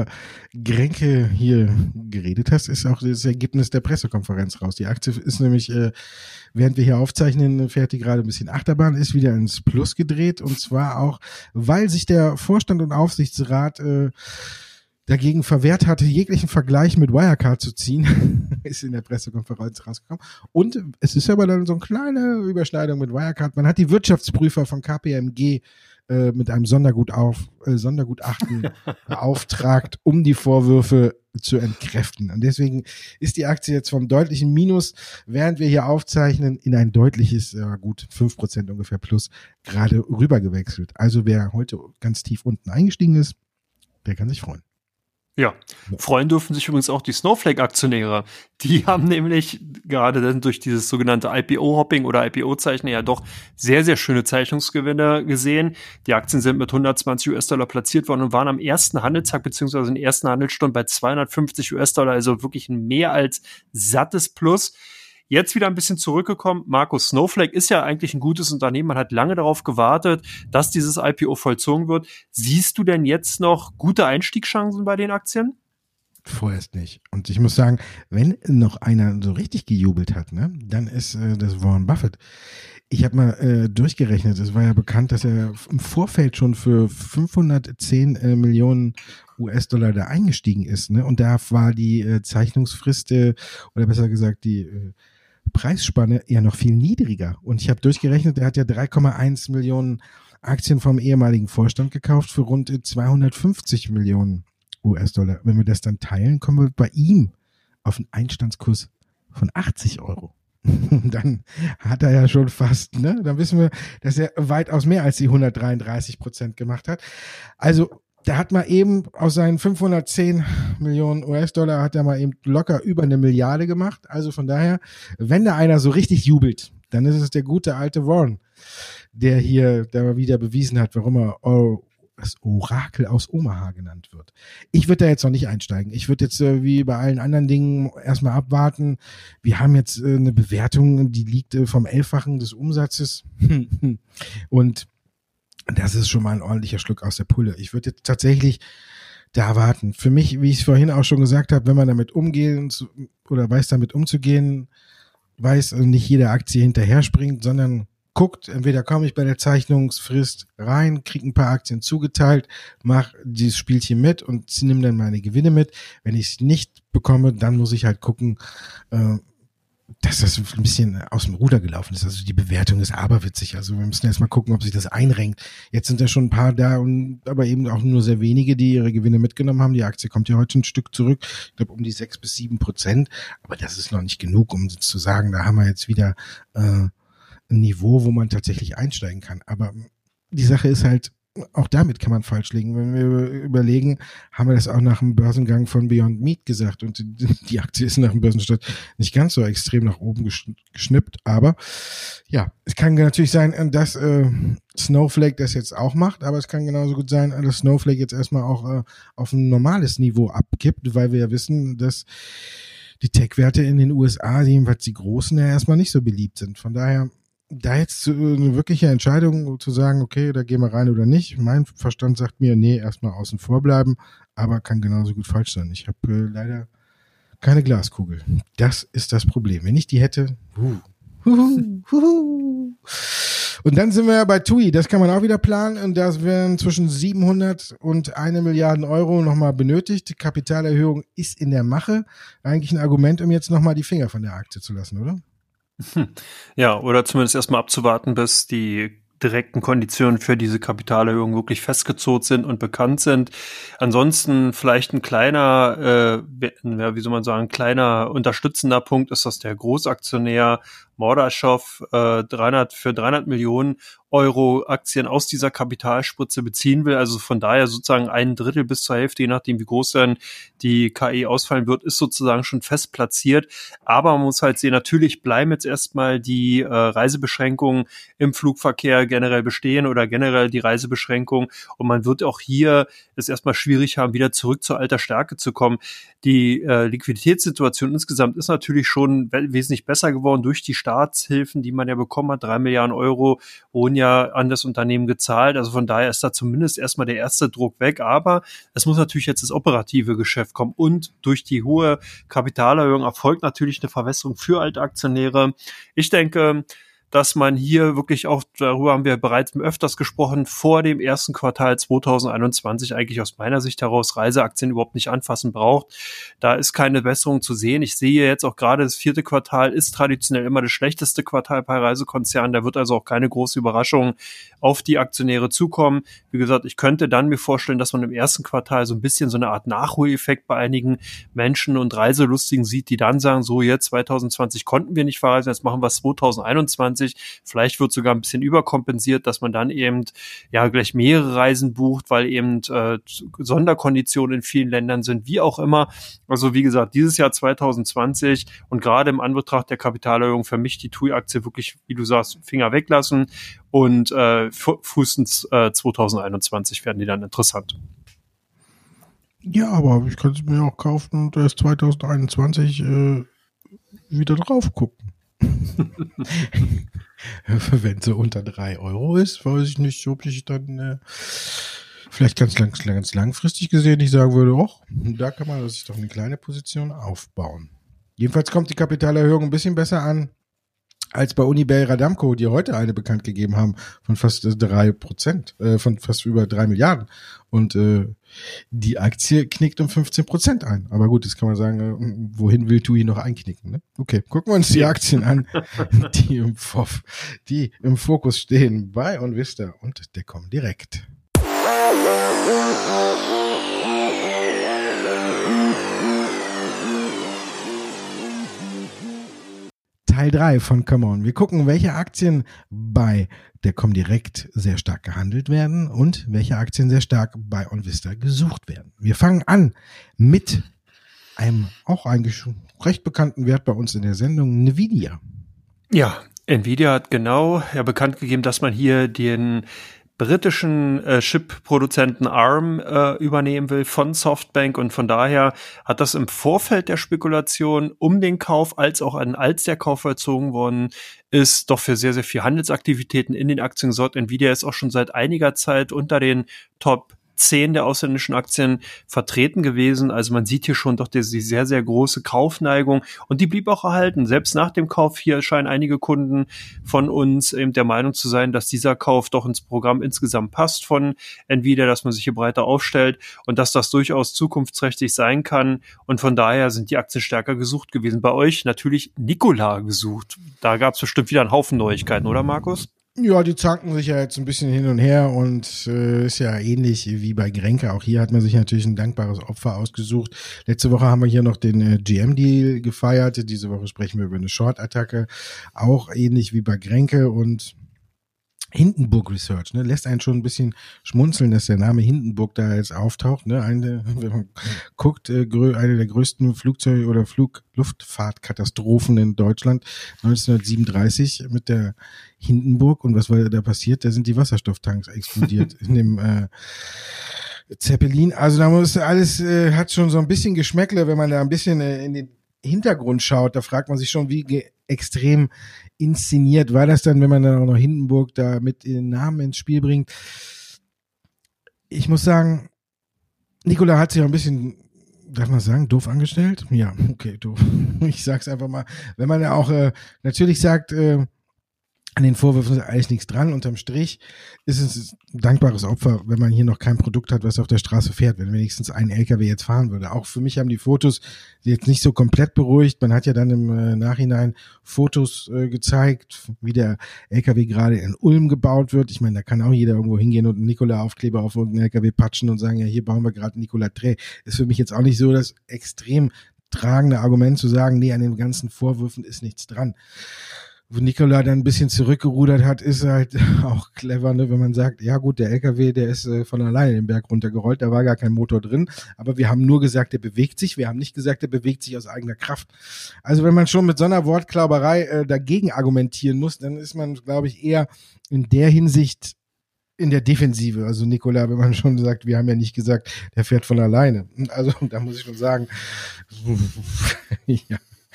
[SPEAKER 1] Grenke hier geredet hast, ist auch das Ergebnis der Pressekonferenz raus. Die Aktie ist nämlich, äh, während wir hier aufzeichnen, fährt die gerade ein bisschen Achterbahn, ist wieder ins Plus gedreht, und zwar auch, weil sich der Vorstand und Aufsichtsrat äh, dagegen verwehrt hatte, jeglichen Vergleich mit Wirecard zu ziehen, ist in der Pressekonferenz rausgekommen. Und es ist aber dann so eine kleine Überschneidung mit Wirecard. Man hat die Wirtschaftsprüfer von K P M G äh, mit einem Sondergut auf, äh, Sondergutachten beauftragt, um die Vorwürfe zu entkräften. Und deswegen ist die Aktie jetzt vom deutlichen Minus, während wir hier aufzeichnen, in ein deutliches, ja gut, fünf Prozent ungefähr plus, gerade rüber gewechselt. Also wer heute ganz tief unten eingestiegen ist, der kann sich freuen.
[SPEAKER 2] Ja, freuen dürfen sich übrigens auch die Snowflake-Aktionäre. Die haben nämlich gerade dann durch dieses sogenannte I P O-Hopping oder I P O-Zeichnen ja doch sehr, sehr schöne Zeichnungsgewinne gesehen. Die Aktien sind mit hundertzwanzig US-Dollar platziert worden und waren am ersten Handelstag beziehungsweise in der ersten Handelsstunde bei zweihundertfünfzig US-Dollar, also wirklich ein mehr als sattes Plus. Jetzt wieder ein bisschen zurückgekommen. Markus, Snowflake ist ja eigentlich ein gutes Unternehmen. Man hat lange darauf gewartet, dass dieses I P O vollzogen wird. Siehst du denn jetzt noch gute Einstiegschancen bei den Aktien?
[SPEAKER 1] Vorerst nicht. Und ich muss sagen, wenn noch einer so richtig gejubelt hat, ne, dann ist äh, das Warren Buffett. Ich habe mal äh, durchgerechnet, es war ja bekannt, dass er im Vorfeld schon für fünfhundertzehn äh, Millionen U S-Dollar da eingestiegen ist, ne? Und da war die äh, Zeichnungsfrist äh, oder besser gesagt die äh, Preisspanne eher noch viel niedriger. Und ich habe durchgerechnet, er hat ja drei Komma eins Millionen Aktien vom ehemaligen Vorstand gekauft für rund zweihundertfünfzig Millionen U S-Dollar. Wenn wir das dann teilen, kommen wir bei ihm auf einen Einstandskurs von achtzig Euro. Dann hat er ja schon fast, ne? Dann wissen wir, dass er weitaus mehr als die hundertdreiunddreißig Prozent gemacht hat. Also da hat man eben aus seinen fünfhundertzehn Millionen U S-Dollar hat er mal eben locker über eine Milliarde gemacht. Also von daher, wenn da einer so richtig jubelt, dann ist es der gute alte Warren, der hier da wieder bewiesen hat, warum er oh, das Orakel aus Omaha genannt wird. Ich würde da jetzt noch nicht einsteigen. Ich würde jetzt äh, wie bei allen anderen Dingen erstmal abwarten. Wir haben jetzt äh, eine Bewertung, die liegt äh, vom Elffachen des Umsatzes. Und das ist schon mal ein ordentlicher Schluck aus der Pulle. Ich würde jetzt tatsächlich da warten. Für mich, wie ich es vorhin auch schon gesagt habe, wenn man damit umgehen oder weiß damit umzugehen, weiß nicht jede Aktie hinterher springt, sondern guckt, entweder komme ich bei der Zeichnungsfrist rein, kriege ein paar Aktien zugeteilt, mache dieses Spielchen mit und nehme dann meine Gewinne mit. Wenn ich es nicht bekomme, dann muss ich halt gucken, äh, dass das ein bisschen aus dem Ruder gelaufen ist. Also die Bewertung ist aberwitzig. Also wir müssen erst mal gucken, ob sich das einrenkt. Jetzt sind ja schon ein paar da, und aber eben auch nur sehr wenige, die ihre Gewinne mitgenommen haben. Die Aktie kommt ja heute ein Stück zurück. Ich glaube um die sechs bis sieben Prozent. Aber das ist noch nicht genug, um zu sagen, da haben wir jetzt wieder äh, ein Niveau, wo man tatsächlich einsteigen kann. Aber die Sache ist halt, auch damit kann man falsch liegen. Wenn wir überlegen, haben wir das auch nach dem Börsengang von Beyond Meat gesagt, und die Aktie ist nach dem Börsenstart nicht ganz so extrem nach oben geschnippt, aber ja, es kann natürlich sein, dass äh, Snowflake das jetzt auch macht, aber es kann genauso gut sein, dass Snowflake jetzt erstmal auch äh, auf ein normales Niveau abkippt, weil wir ja wissen, dass die Tech-Werte in den U S A, jedenfalls die großen, ja erstmal nicht so beliebt sind. Von daher, da jetzt eine wirkliche Entscheidung zu sagen, okay, da gehen wir rein oder nicht. Mein Verstand sagt mir, nee, erstmal außen vor bleiben, aber kann genauso gut falsch sein. Ich habe äh, leider keine Glaskugel. Das ist das Problem. Wenn ich die hätte, huh, huhu, huhu. Und dann sind wir bei T U I, das kann man auch wieder planen, und das werden zwischen siebenhundert und eine Milliarde Euro nochmal benötigt. Die Kapitalerhöhung ist in der Mache. Eigentlich ein Argument, um jetzt nochmal die Finger von der Aktie zu lassen, oder?
[SPEAKER 2] Ja, oder zumindest erstmal abzuwarten, bis die direkten Konditionen für diese Kapitalerhöhung wirklich festgezurrt sind und bekannt sind. Ansonsten vielleicht ein kleiner, äh, ja, wie soll man sagen, kleiner unterstützender Punkt ist, dass der Großaktionär Mordaschow äh, dreihundert für dreihundert Millionen Euro Aktien aus dieser Kapitalspritze beziehen will. Also von daher sozusagen ein Drittel bis zur Hälfte, je nachdem wie groß dann die K I ausfallen wird, ist sozusagen schon fest platziert. Aber man muss halt sehen, natürlich bleiben jetzt erstmal die äh, Reisebeschränkungen im Flugverkehr generell bestehen oder generell die Reisebeschränkungen. Und man wird auch hier es erstmal schwierig haben, wieder zurück zur alter Stärke zu kommen. Die äh, Liquiditätssituation insgesamt ist natürlich schon we- wesentlich besser geworden durch die Staatshilfen, die man ja bekommen hat, drei Milliarden Euro, wurden ja an das Unternehmen gezahlt. Also von daher ist da zumindest erstmal der erste Druck weg. Aber es muss natürlich jetzt das operative Geschäft kommen. Und durch die hohe Kapitalerhöhung erfolgt natürlich eine Verwässerung für Altaktionäre. Ich denke, dass man hier wirklich auch, darüber haben wir bereits öfters gesprochen, vor dem ersten Quartal zwanzig einundzwanzig eigentlich aus meiner Sicht heraus Reiseaktien überhaupt nicht anfassen braucht. Da ist keine Besserung zu sehen. Ich sehe jetzt auch gerade, das vierte Quartal ist traditionell immer das schlechteste Quartal bei Reisekonzernen. Da wird also auch keine große Überraschung auf die Aktionäre zukommen. Wie gesagt, ich könnte dann mir vorstellen, dass man im ersten Quartal so ein bisschen so eine Art Nachholeffekt bei einigen Menschen und Reiselustigen sieht, die dann sagen, so jetzt zwanzig zwanzig konnten wir nicht verreisen, jetzt machen wir es zwanzig einundzwanzig. Vielleicht wird sogar ein bisschen überkompensiert, dass man dann eben ja gleich mehrere Reisen bucht, weil eben äh, Sonderkonditionen in vielen Ländern sind, wie auch immer. Also wie gesagt, dieses Jahr zwanzig zwanzig und gerade im Anbetracht der Kapitalerhöhung für mich die T U I-Aktie wirklich, wie du sagst, Finger weglassen und äh, frühestens äh, zwanzig einundzwanzig werden die dann interessant.
[SPEAKER 1] Ja, aber ich kann es mir auch kaufen und erst zwanzig einundzwanzig äh, wieder drauf gucken. Wenn sie unter drei Euro ist, weiß ich nicht, ob ich dann äh, vielleicht ganz, lang, ganz langfristig gesehen nicht sagen würde, och, da kann man sich doch eine kleine Position aufbauen. Jedenfalls kommt die Kapitalerhöhung ein bisschen besser an als bei Unibail Rodamco, die heute eine bekannt gegeben haben von fast drei Prozent, äh, von fast über drei Milliarden. Und äh, die Aktie knickt um fünfzehn Prozent ein. Aber gut, das kann man sagen, äh, wohin will T U I noch einknicken? Ne? Okay, gucken wir uns die Aktien an, die im, F- die im Fokus stehen bei OnVista und der Comdirect. Teil drei von Come On. Wir gucken, welche Aktien bei der Comdirect sehr stark gehandelt werden und welche Aktien sehr stark bei OnVista gesucht werden. Wir fangen an mit einem auch eigentlich recht bekannten Wert bei uns in der Sendung, Nvidia.
[SPEAKER 2] Ja, Nvidia hat genau ja, bekannt gegeben, dass man hier den britischen äh, Chip-Produzenten ARM äh, übernehmen will von Softbank und von daher hat das im Vorfeld der Spekulation um den Kauf als auch an, als der Kauf vollzogen worden ist, doch für sehr, sehr viel Handelsaktivitäten in den Aktien gesorgt. Nvidia ist auch schon seit einiger Zeit unter den Top zehn der ausländischen Aktien vertreten gewesen. Also man sieht hier schon doch die, die sehr, sehr große Kaufneigung und die blieb auch erhalten. Selbst nach dem Kauf hier scheinen einige Kunden von uns eben der Meinung zu sein, dass dieser Kauf doch ins Programm insgesamt passt von Nvidia, dass man sich hier breiter aufstellt und dass das durchaus zukunftsträchtig sein kann und von daher sind die Aktien stärker gesucht gewesen. Bei euch natürlich Nikola gesucht. Da gab es bestimmt wieder einen Haufen Neuigkeiten, oder Markus?
[SPEAKER 1] Ja, die zanken sich ja jetzt ein bisschen hin und her und äh, ist ja ähnlich wie bei Grenke. Auch hier hat man sich natürlich ein dankbares Opfer ausgesucht. Letzte Woche haben wir hier noch den äh, G M-Deal gefeiert. Diese Woche sprechen wir über eine Short-Attacke. Auch ähnlich wie bei Grenke und Hindenburg Research, ne, lässt einen schon ein bisschen schmunzeln, dass der Name Hindenburg da jetzt auftaucht, ne, eine, wenn man guckt, äh, grö- eine der größten Flugzeug- oder Flug-Luftfahrtkatastrophen in Deutschland, neunzehnhundertsiebenunddreißig mit der Hindenburg und was war da passiert? Da sind die Wasserstofftanks explodiert in dem, äh, Zeppelin. Also da muss alles, äh, hat schon so ein bisschen Geschmäckle, wenn man da ein bisschen äh, in den Hintergrund schaut, da fragt man sich schon, wie ge- extrem inszeniert war das dann, wenn man dann auch noch Hindenburg da mit den Namen ins Spiel bringt. Ich muss sagen, Nikola hat sich auch ein bisschen, darf man sagen, doof angestellt? Ja, okay, doof. Ich sag's einfach mal. Wenn man ja auch äh, natürlich sagt, äh, an den Vorwürfen ist eigentlich nichts dran. Unterm Strich ist es ein dankbares Opfer, wenn man hier noch kein Produkt hat, was auf der Straße fährt, wenn wenigstens ein L K W jetzt fahren würde. Auch für mich haben die Fotos jetzt nicht so komplett beruhigt. Man hat ja dann im äh, Nachhinein Fotos äh, gezeigt, wie der L K W gerade in Ulm gebaut wird. Ich meine, da kann auch jeder irgendwo hingehen und einen Nikola-Aufkleber auf irgendeinen L K W patschen und sagen, ja, hier bauen wir gerade Nikola Tre. Ist für mich jetzt auch nicht so das extrem tragende Argument zu sagen, nee, an den ganzen Vorwürfen ist nichts dran. Wo Nikola dann ein bisschen zurückgerudert hat, ist halt auch clever, ne, wenn man sagt, ja gut, der L K W, der ist äh, von alleine den Berg runtergerollt, da war gar kein Motor drin, aber wir haben nur gesagt, der bewegt sich, wir haben nicht gesagt, der bewegt sich aus eigener Kraft. Also wenn man schon mit so einer Wortklauberei äh, dagegen argumentieren muss, dann ist man, glaube ich, eher in der Hinsicht in der Defensive. Also Nikola, wenn man schon sagt, wir haben ja nicht gesagt, der fährt von alleine. Also da muss ich schon sagen, ja.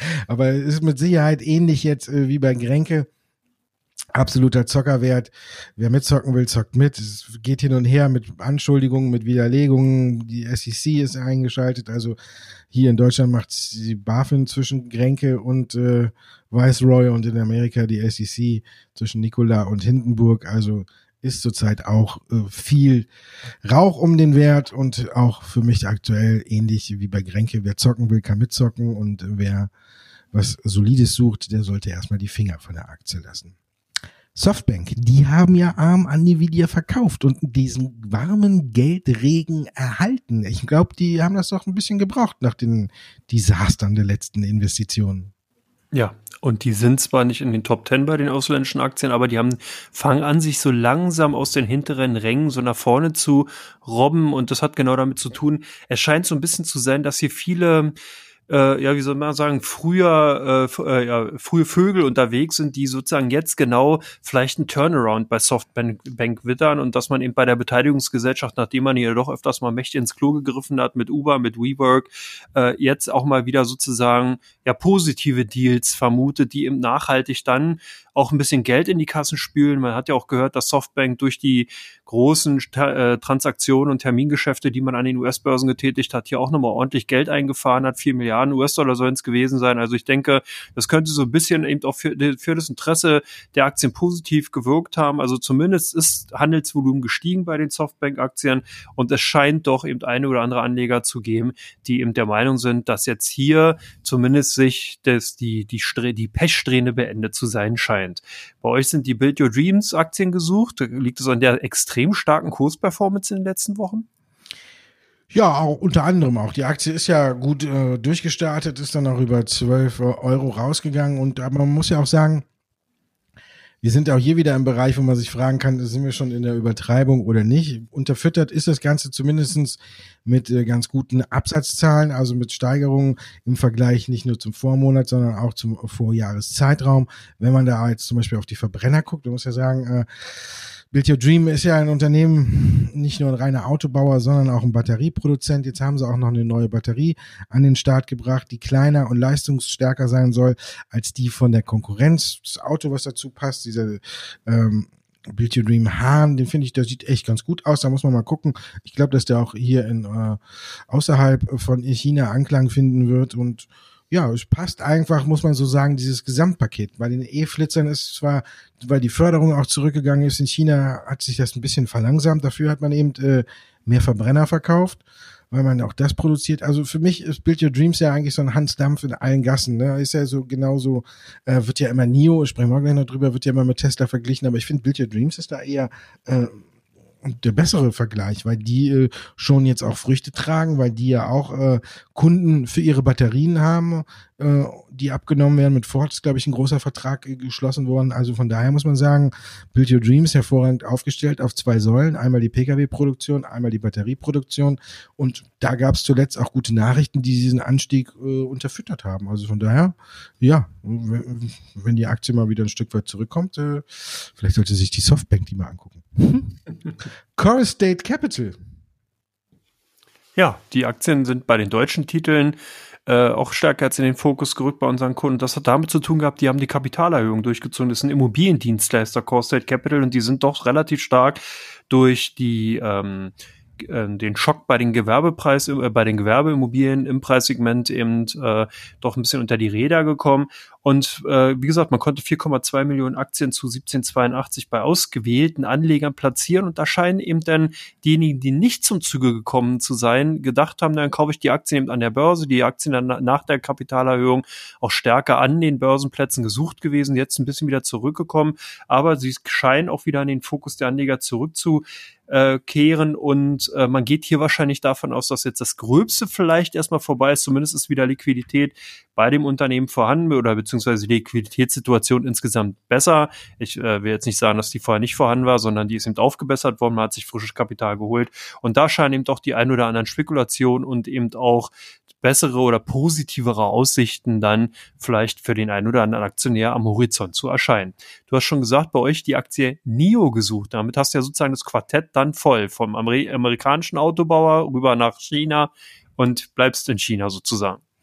[SPEAKER 1] Aber es ist mit Sicherheit ähnlich jetzt äh, wie bei Grenke. Absoluter Zockerwert. Wer mitzocken will, zockt mit. Es geht hin und her mit Anschuldigungen, mit Widerlegungen. Die S E C ist eingeschaltet. Also hier in Deutschland macht die BaFin zwischen Grenke und äh, Viceroy und in Amerika die S E C zwischen Nikola und Hindenburg. Also ist zurzeit auch äh, viel Rauch um den Wert und auch für mich aktuell ähnlich wie bei Grenke. Wer zocken will, kann mitzocken und wer was Solides sucht, der sollte erstmal die Finger von der Aktie lassen. Softbank, die haben ja arm an Nvidia verkauft und diesen warmen Geldregen erhalten. Ich glaube, die haben das doch ein bisschen gebraucht nach den Desastern der letzten Investitionen.
[SPEAKER 2] Ja, und die sind zwar nicht in den Top Ten bei den ausländischen Aktien, aber die haben fangen an, sich so langsam aus den hinteren Rängen so nach vorne zu robben und das hat genau damit zu tun. Es scheint so ein bisschen zu sein, dass hier viele Äh, ja, wie soll man sagen, früher, äh, äh, ja, frühe Vögel unterwegs sind, die sozusagen jetzt genau vielleicht einen Turnaround bei Softbank Bank wittern und dass man eben bei der Beteiligungsgesellschaft, nachdem man hier doch öfters mal mächtig ins Klo gegriffen hat mit Uber, mit WeWork, äh, jetzt auch mal wieder sozusagen ja positive Deals vermutet, die eben nachhaltig dann auch ein bisschen Geld in die Kassen spülen. Man hat ja auch gehört, dass Softbank durch die großen äh, Transaktionen und Termingeschäfte, die man an den U S-Börsen getätigt hat, hier auch nochmal ordentlich Geld eingefahren hat. Vier Milliarden U S-Dollar sollen es gewesen sein. Also ich denke, das könnte so ein bisschen eben auch für, für das Interesse der Aktien positiv gewirkt haben. Also zumindest ist Handelsvolumen gestiegen bei den Softbank-Aktien und es scheint doch eben eine oder andere Anleger zu geben, die eben der Meinung sind, dass jetzt hier zumindest sich das, die, die, die Pechsträhne beendet zu sein scheint. Bei euch sind die Build Your Dreams Aktien gesucht. Liegt es an der extrem starken Kursperformance in den letzten Wochen?
[SPEAKER 1] Ja, auch unter anderem auch. Die Aktie ist ja gut äh, durchgestartet, ist dann auch über zwölf Euro rausgegangen und aber man muss ja auch sagen, wir sind auch hier wieder im Bereich, wo man sich fragen kann, sind wir schon in der Übertreibung oder nicht? Unterfüttert ist das Ganze zumindestens mit äh, ganz guten Absatzzahlen, also mit Steigerungen im Vergleich nicht nur zum Vormonat, sondern auch zum Vorjahreszeitraum. Wenn man da jetzt zum Beispiel auf die Verbrenner guckt, man muss ja sagen, äh, Build Your Dream ist ja ein Unternehmen, nicht nur ein reiner Autobauer, sondern auch ein Batterieproduzent. Jetzt haben sie auch noch eine neue Batterie an den Start gebracht, die kleiner und leistungsstärker sein soll als die von der Konkurrenz. Das Auto, was dazu passt, dieser ähm, Build Your Dream Hahn, den finde ich, der sieht echt ganz gut aus. Da muss man mal gucken. Ich glaube, dass der auch hier in äh, außerhalb von China Anklang finden wird und ja, es passt einfach, muss man so sagen, dieses Gesamtpaket. Bei den E-Flitzern ist zwar, weil die Förderung auch zurückgegangen ist in China, hat sich das ein bisschen verlangsamt. Dafür hat man eben äh, mehr Verbrenner verkauft, weil man auch das produziert. Also für mich ist Build Your Dreams ja eigentlich so ein Hans Dampf in allen Gassen. Ne? Ist ja so genauso, äh, wird ja immer N I O, sprechen wir gleich noch drüber, wird ja immer mit Tesla verglichen. Aber ich finde, Build Your Dreams ist da eher äh, der bessere Vergleich, weil die äh, schon jetzt auch Früchte tragen, weil die ja auch äh, Kunden für ihre Batterien haben, äh, die abgenommen werden. Mit Ford ist, glaube ich, ein großer Vertrag äh, geschlossen worden. Also von daher muss man sagen, Build Your Dreams hervorragend aufgestellt auf zwei Säulen. Einmal die Pkw-Produktion, einmal die Batterieproduktion. Und da gab es zuletzt auch gute Nachrichten, die diesen Anstieg äh, unterfüttert haben. Also von daher, ja, wenn die Aktie mal wieder ein Stück weit zurückkommt, äh, vielleicht sollte sich die Softbank die mal angucken. Core State Capital.
[SPEAKER 2] Ja, die Aktien sind bei den deutschen Titeln äh, auch stärker jetzt in den Fokus gerückt bei unseren Kunden. Das hat damit zu tun gehabt, die haben die Kapitalerhöhung durchgezogen. Das ist ein Immobiliendienstleister, Core State Capital, und die sind doch relativ stark durch die ähm, den Schock bei den Gewerbepreis, äh, bei den Gewerbeimmobilien im Preissegment eben äh, doch ein bisschen unter die Räder gekommen. Und äh, wie gesagt, man konnte vier Komma zwei Millionen Aktien zu siebzehn Komma zweiundachtzig bei ausgewählten Anlegern platzieren. Und da scheinen eben dann diejenigen, die nicht zum Zuge gekommen zu sein, gedacht haben, dann kaufe ich die Aktien eben an der Börse, die Aktien dann nach der Kapitalerhöhung auch stärker an den Börsenplätzen gesucht gewesen, jetzt ein bisschen wieder zurückgekommen. Aber sie scheinen auch wieder an den Fokus der Anleger zurückzu Äh, kehren und äh, man geht hier wahrscheinlich davon aus, dass jetzt das Gröbste vielleicht erstmal vorbei ist. Zumindest ist wieder Liquidität bei dem Unternehmen vorhanden oder beziehungsweise die Liquiditätssituation insgesamt besser. Ich äh, will jetzt nicht sagen, dass die vorher nicht vorhanden war, sondern die ist eben aufgebessert worden. Man hat sich frisches Kapital geholt und da scheinen eben doch die ein oder anderen Spekulationen und eben auch bessere oder positivere Aussichten dann vielleicht für den einen oder anderen Aktionär am Horizont zu erscheinen. Du hast schon gesagt, bei euch die Aktie N I O gesucht. Damit hast du ja sozusagen das Quartett dann voll, vom Amer- amerikanischen Autobauer rüber nach China und bleibst in China sozusagen.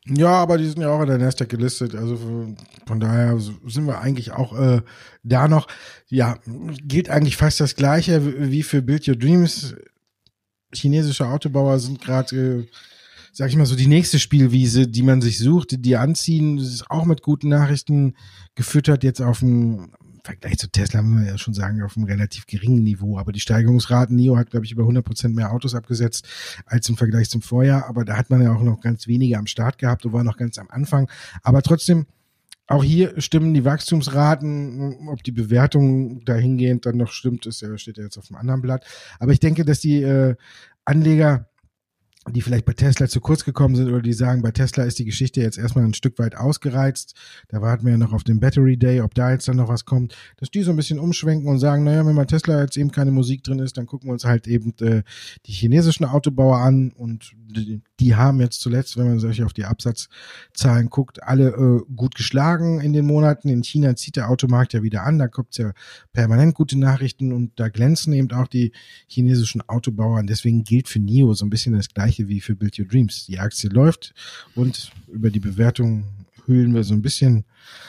[SPEAKER 1] Ja, aber die sind ja auch in der Nasdaq gelistet, also von, von daher sind wir eigentlich auch äh, da noch. Ja, gilt eigentlich fast das Gleiche wie für Build Your Dreams. Chinesische Autobauer sind gerade, äh, sag ich mal so, die nächste Spielwiese, die man sich sucht, die, die anziehen. Das ist auch mit guten Nachrichten gefüttert, jetzt auf dem Vergleich zu Tesla, muss man ja schon sagen, auf einem relativ geringen Niveau. Aber die Steigerungsraten, N I O hat, glaube ich, über hundert Prozent mehr Autos abgesetzt als im Vergleich zum Vorjahr. Aber da hat man ja auch noch ganz wenige am Start gehabt und war noch ganz am Anfang. Aber trotzdem, auch hier stimmen die Wachstumsraten. Ob die Bewertung dahingehend dann noch stimmt, ist ja, steht ja jetzt auf dem anderen Blatt. Aber ich denke, dass die äh, Anleger, die vielleicht bei Tesla zu kurz gekommen sind oder die sagen, bei Tesla ist die Geschichte jetzt erstmal ein Stück weit ausgereizt, da warten wir ja noch auf den Battery Day, ob da jetzt dann noch was kommt, dass die so ein bisschen umschwenken und sagen, naja, wenn bei Tesla jetzt eben keine Musik drin ist, dann gucken wir uns halt eben äh, die chinesischen Autobauer an und die, die haben jetzt zuletzt, wenn man sich auf die Absatzzahlen guckt, alle äh, gut geschlagen in den Monaten. In China zieht der Automarkt ja wieder an, da kommt es ja permanent gute Nachrichten und da glänzen eben auch die chinesischen Autobauer und deswegen gilt für N I O so ein bisschen das Gleiche wie für Build Your Dreams. Die Aktie läuft und über die Bewertung hüllen wir so ein bisschen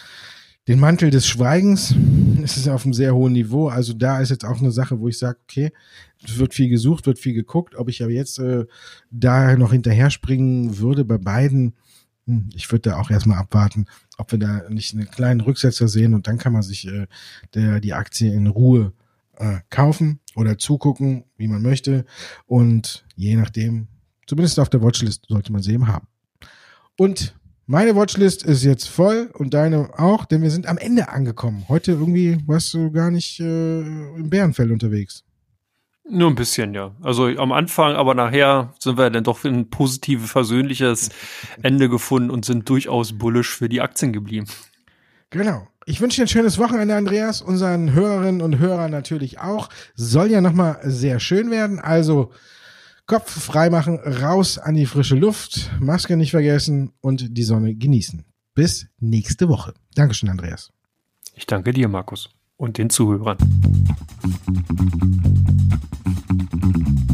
[SPEAKER 1] den Mantel des Schweigens. Es ist auf einem sehr hohen Niveau. Also da ist jetzt auch eine Sache, wo ich sage, okay, es wird viel gesucht, wird viel geguckt. Ob ich aber jetzt äh, da noch hinterher springen würde bei beiden, hm, ich würde da auch erstmal abwarten, ob wir da nicht einen kleinen Rücksetzer sehen und dann kann man sich äh, der die Aktie in Ruhe äh, kaufen oder zugucken, wie man möchte. Und je nachdem, zumindest auf der Watchlist sollte man sie eben haben. Und meine Watchlist ist jetzt voll und deine auch, denn wir sind am Ende angekommen. Heute irgendwie warst du gar nicht äh, im Bärenfell unterwegs.
[SPEAKER 2] Nur ein bisschen, ja. Also am Anfang, aber nachher sind wir dann doch für ein positives, versöhnliches Ende gefunden und sind durchaus bullish für die Aktien geblieben.
[SPEAKER 1] Genau. Ich wünsche dir ein schönes Wochenende, Andreas. Unseren Hörerinnen und Hörern natürlich auch. Soll ja nochmal sehr schön werden. Also Kopf frei machen, raus an die frische Luft, Maske nicht vergessen und die Sonne genießen. Bis nächste Woche. Dankeschön, Andreas.
[SPEAKER 2] Ich danke dir, Markus, und den Zuhörern.